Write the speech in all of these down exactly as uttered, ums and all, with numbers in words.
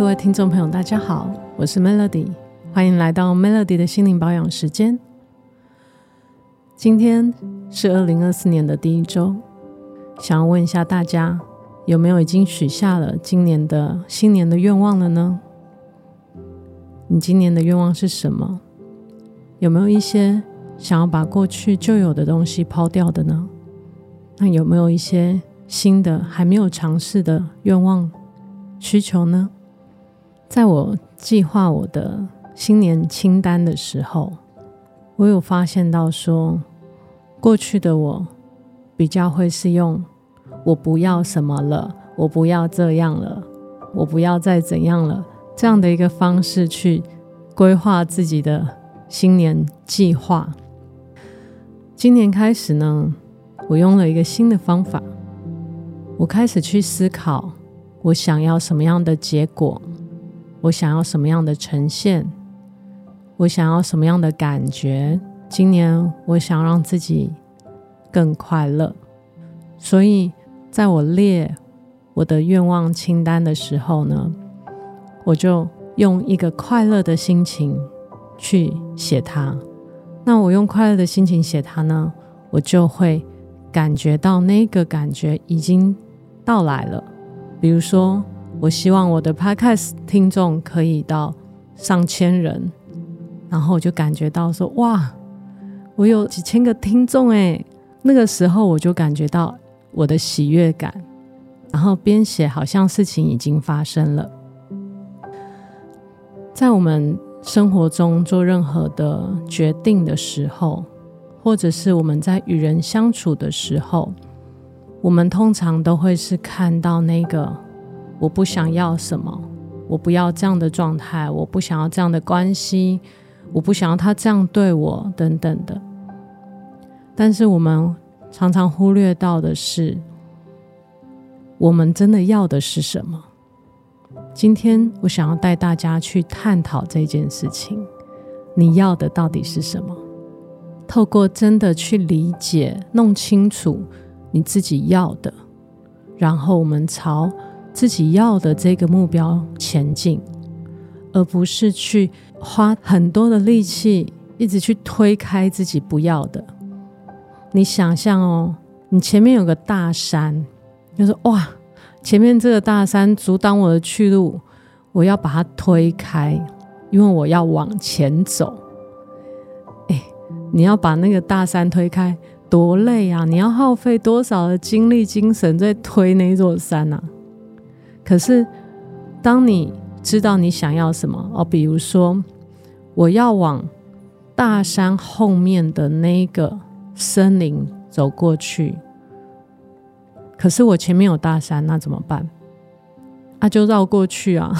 各位听众朋友大家好，我是 Melody， 欢迎来到 Melody 的心灵保养时间。今天是二零二四年的第一周，想要问一下大家，有没有已经许下了今年的新年的愿望了呢？你今年的愿望是什么？有没有一些想要把过去旧有的东西抛掉的呢？那有没有一些新的还没有尝试的愿望需求呢？在我计划我的新年清单的时候，我有发现到说，过去的我比较会是用我不要什么了，我不要这样了，我不要再怎样了，这样的一个方式去规划自己的新年计划。今年开始呢，我用了一个新的方法，我开始去思考我想要什么样的结果，我想要什么样的呈现，我想要什么样的感觉。今年我想让自己更快乐，所以在我列我的愿望清单的时候呢，我就用一个快乐的心情去写它。那我用快乐的心情写它呢，我就会感觉到那个感觉已经到来了。比如说，我希望我的 podcast 听众可以到上千人，然后我就感觉到说，哇，我有几千个听众耶，那个时候我就感觉到我的喜悦感，然后边写好像事情已经发生了。在我们生活中做任何的决定的时候，或者是我们在与人相处的时候，我们通常都会是看到那个我不想要什么，我不要这样的状态，我不想要这样的关系，我不想要他这样对我等等的。但是我们常常忽略到的是，我们真的要的是什么？今天我想要带大家去探讨这件事情，你要的到底是什么？透过真的去理解、弄清楚你自己要的，然后我们朝自己要的这个目标前进，而不是去花很多的力气一直去推开自己不要的。你想象哦，你前面有个大山，就说哇，前面这个大山阻挡我的去路，我要把它推开，因为我要往前走。诶，你要把那个大山推开多累啊，你要耗费多少的精力精神在推那座山啊。可是当你知道你想要什么哦，比如说我要往大山后面的那个森林走过去，可是我前面有大山，那怎么办？啊，就绕过去啊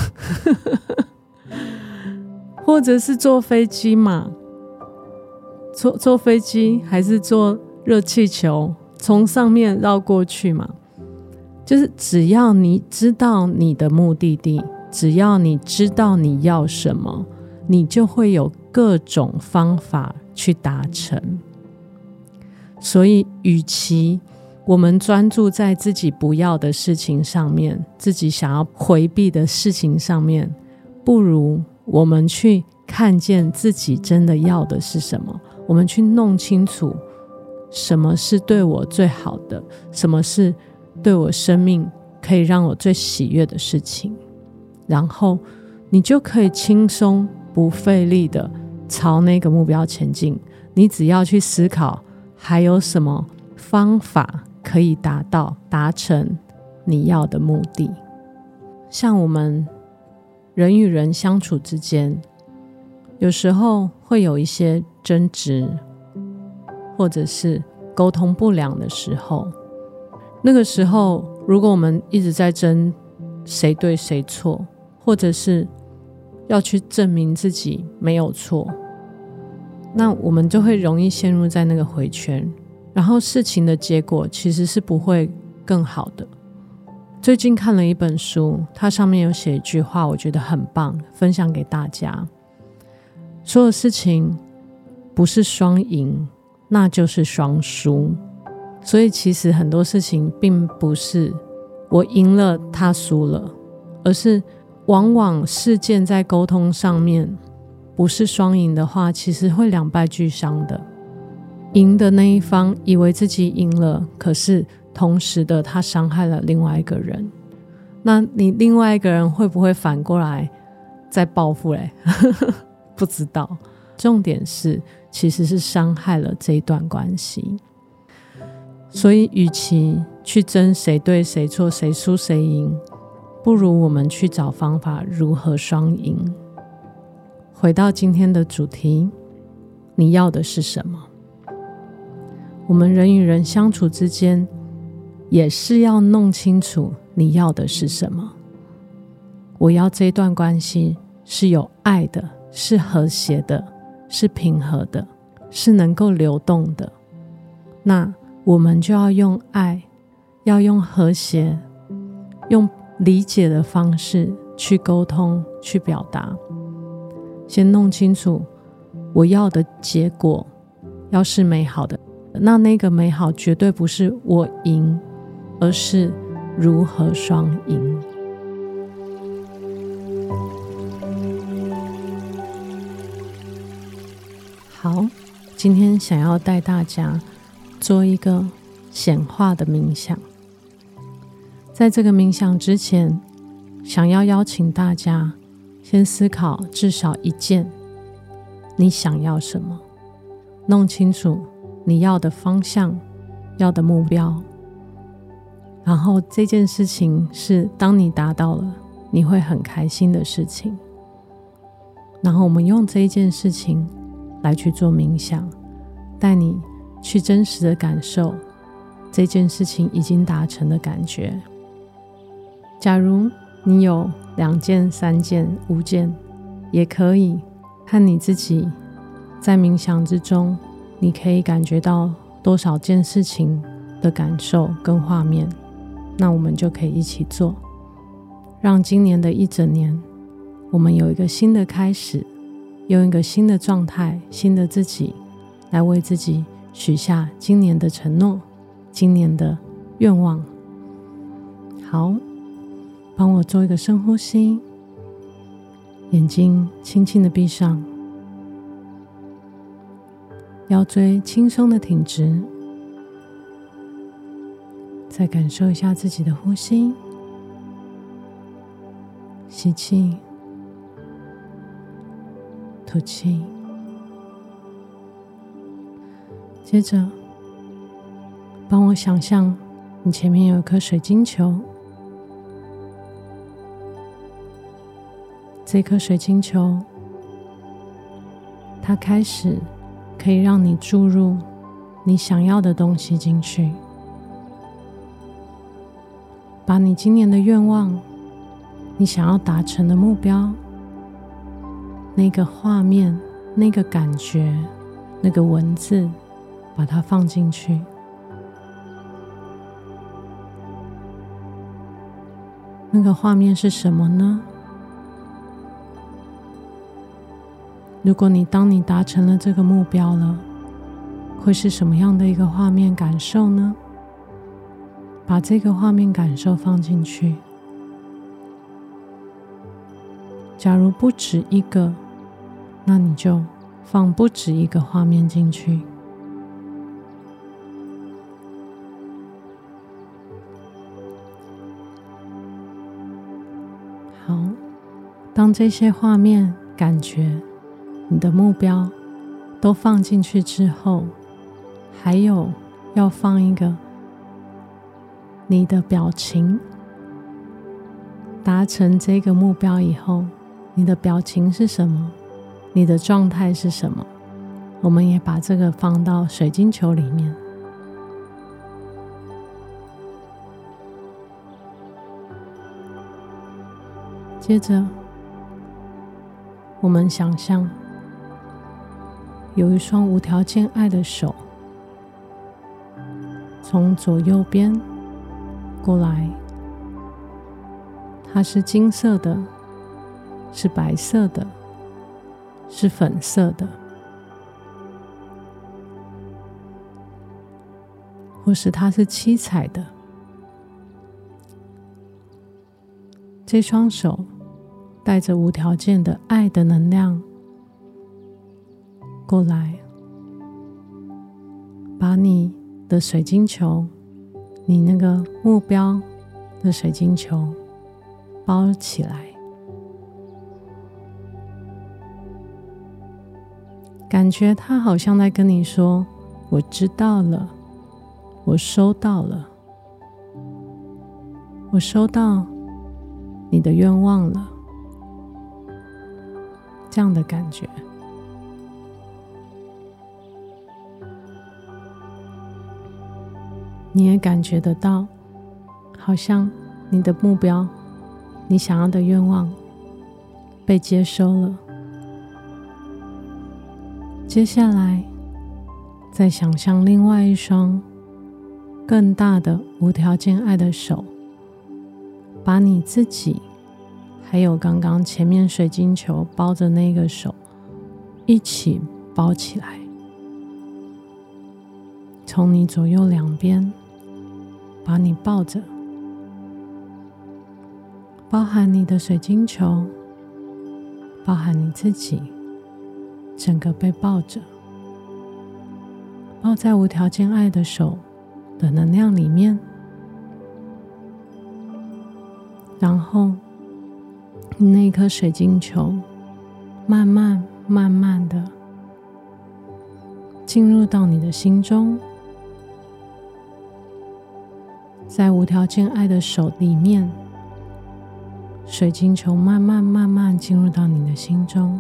或者是坐飞机嘛，坐坐飞机还是坐热气球从上面绕过去嘛。就是只要你知道你的目的地，只要你知道你要什么，你就会有各种方法去达成。所以与其我们专注在自己不要的事情上面，自己想要回避的事情上面，不如我们去看见自己真的要的是什么，我们去弄清楚什么是对我最好的，什么是对我生命可以让我最喜悦的事情，然后你就可以轻松不费力的朝那个目标前进。你只要去思考还有什么方法可以达到达成你要的目的。像我们人与人相处之间，有时候会有一些争执，或者是沟通不良的时候，那个时候如果我们一直在争谁对谁错，或者是要去证明自己没有错，那我们就会容易陷入在那个回圈，然后事情的结果其实是不会更好的。最近看了一本书，它上面有写一句话，我觉得很棒，分享给大家。所有事情不是双赢，那就是双输。所以其实很多事情并不是我赢了他输了，而是往往事件在沟通上面不是双赢的话，其实会两败俱伤的。赢的那一方以为自己赢了，可是同时的他伤害了另外一个人，那你另外一个人会不会反过来再报复嘞？不知道。重点是其实是伤害了这一段关系。所以与其去争谁对谁错，谁输谁赢，不如我们去找方法如何双赢。回到今天的主题，你要的是什么？我们人与人相处之间也是要弄清楚你要的是什么。我要这段关系是有爱的，是和谐的，是平和的，是能够流动的。那我们就要用爱，要用和谐，用理解的方式去沟通，去表达。先弄清楚我要的结果要是美好的，那那个美好绝对不是我赢，而是如何双赢。好，今天想要带大家做一个显化的冥想。在这个冥想之前，想要邀请大家先思考至少一件你想要什么，弄清楚你要的方向，要的目标，然后这件事情是当你达到了你会很开心的事情，然后我们用这一件事情来去做冥想，带你去真实的感受这件事情已经达成的感觉。假如你有两件、三件、五件，也可以看你自己在冥想之中你可以感觉到多少件事情的感受跟画面，那我们就可以一起做，让今年的一整年我们有一个新的开始，用一个新的状态、新的自己来为自己许下今年的承诺，今年的愿望。好，帮我做一个深呼吸，眼睛轻轻的闭上，腰椎轻松的挺直，再感受一下自己的呼吸，吸气，吐气。接着帮我想象你前面有一颗水晶球，这颗水晶球它开始可以让你注入你想要的东西进去，把你今年的愿望，你想要达成的目标，那个画面，那个感觉，那个文字，把它放进去。那个画面是什么呢？如果你当你达成了这个目标了，会是什么样的一个画面感受呢？把这个画面感受放进去。假如不止一个，那你就放不止一个画面进去。好，当这些画面、感觉、你的目标都放进去之后，还有要放一个你的表情。达成这个目标以后，你的表情是什么？你的状态是什么？我们也把这个放到水晶球里面。接着，我们想象有一双无条件爱的手，从左右边过来，它是金色的，是白色的，是粉色的，或是它是七彩的。这双手带着无条件的爱的能量过来，把你的水晶球，你那个目标的水晶球包起来，感觉它好像在跟你说，我知道了，我收到了，我收到你的愿望了，这样的感觉。你也感觉得到，好像你的目标，你想要的愿望被接收了。接下来再想象另外一双更大的无条件爱的手，把你自己还有刚刚前面水晶球包着那个手一起包起来，从你左右两边把你抱着，包含你的水晶球，包含你自己，整个被抱着，抱在无条件爱的手的能量里面。然后那颗水晶球慢慢慢慢的进入到你的心中，在无条件爱的手里面，水晶球慢慢慢慢进入到你的心中。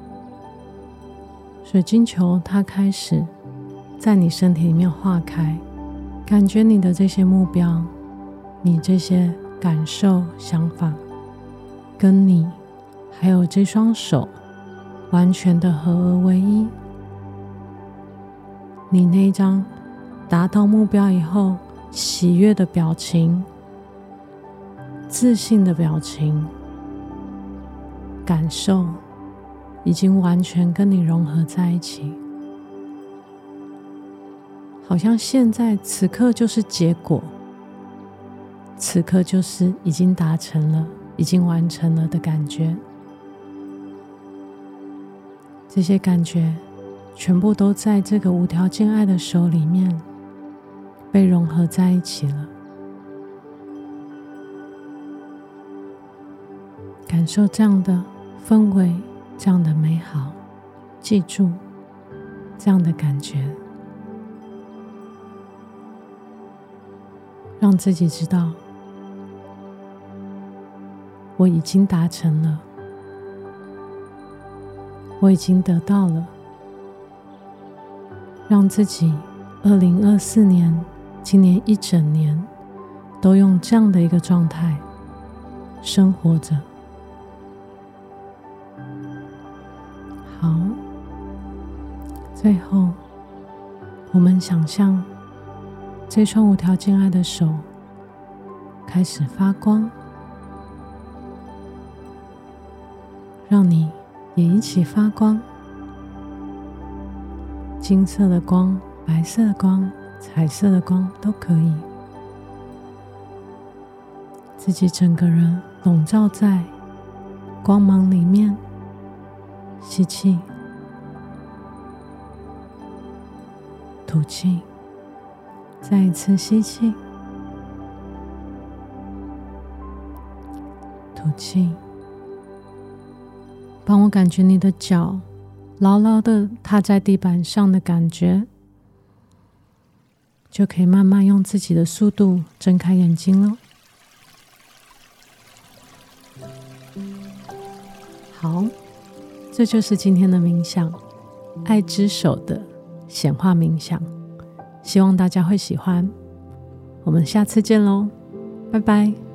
水晶球它开始在你身体里面化开，感觉你的这些目标，你这些感受想法跟你还有这双手完全的合而为一。你那一张达到目标以后喜悦的表情，自信的表情，感受已经完全跟你融合在一起，好像现在此刻就是结果，此刻就是已经达成了，已经完成了的感觉。这些感觉全部都在这个无条件爱的手里面被融合在一起了。感受这样的氛围，这样的美好，记住这样的感觉，让自己知道我已经达成了，我已经得到了，让自己二零二四年今年一整年都用这样的一个状态生活着。好，最后我们想象这双无条件爱的手开始发光，让你也一起发光，金色的光、白色的光、彩色的光都可以，自己整个人笼罩在光芒里面。吸气，吐气，再一次吸气，吐气。帮我感觉你的脚牢牢的踏在地板上的感觉，就可以慢慢用自己的速度睁开眼睛了。好，这就是今天的冥想，爱之手的显化冥想，希望大家会喜欢。我们下次见喽，拜拜。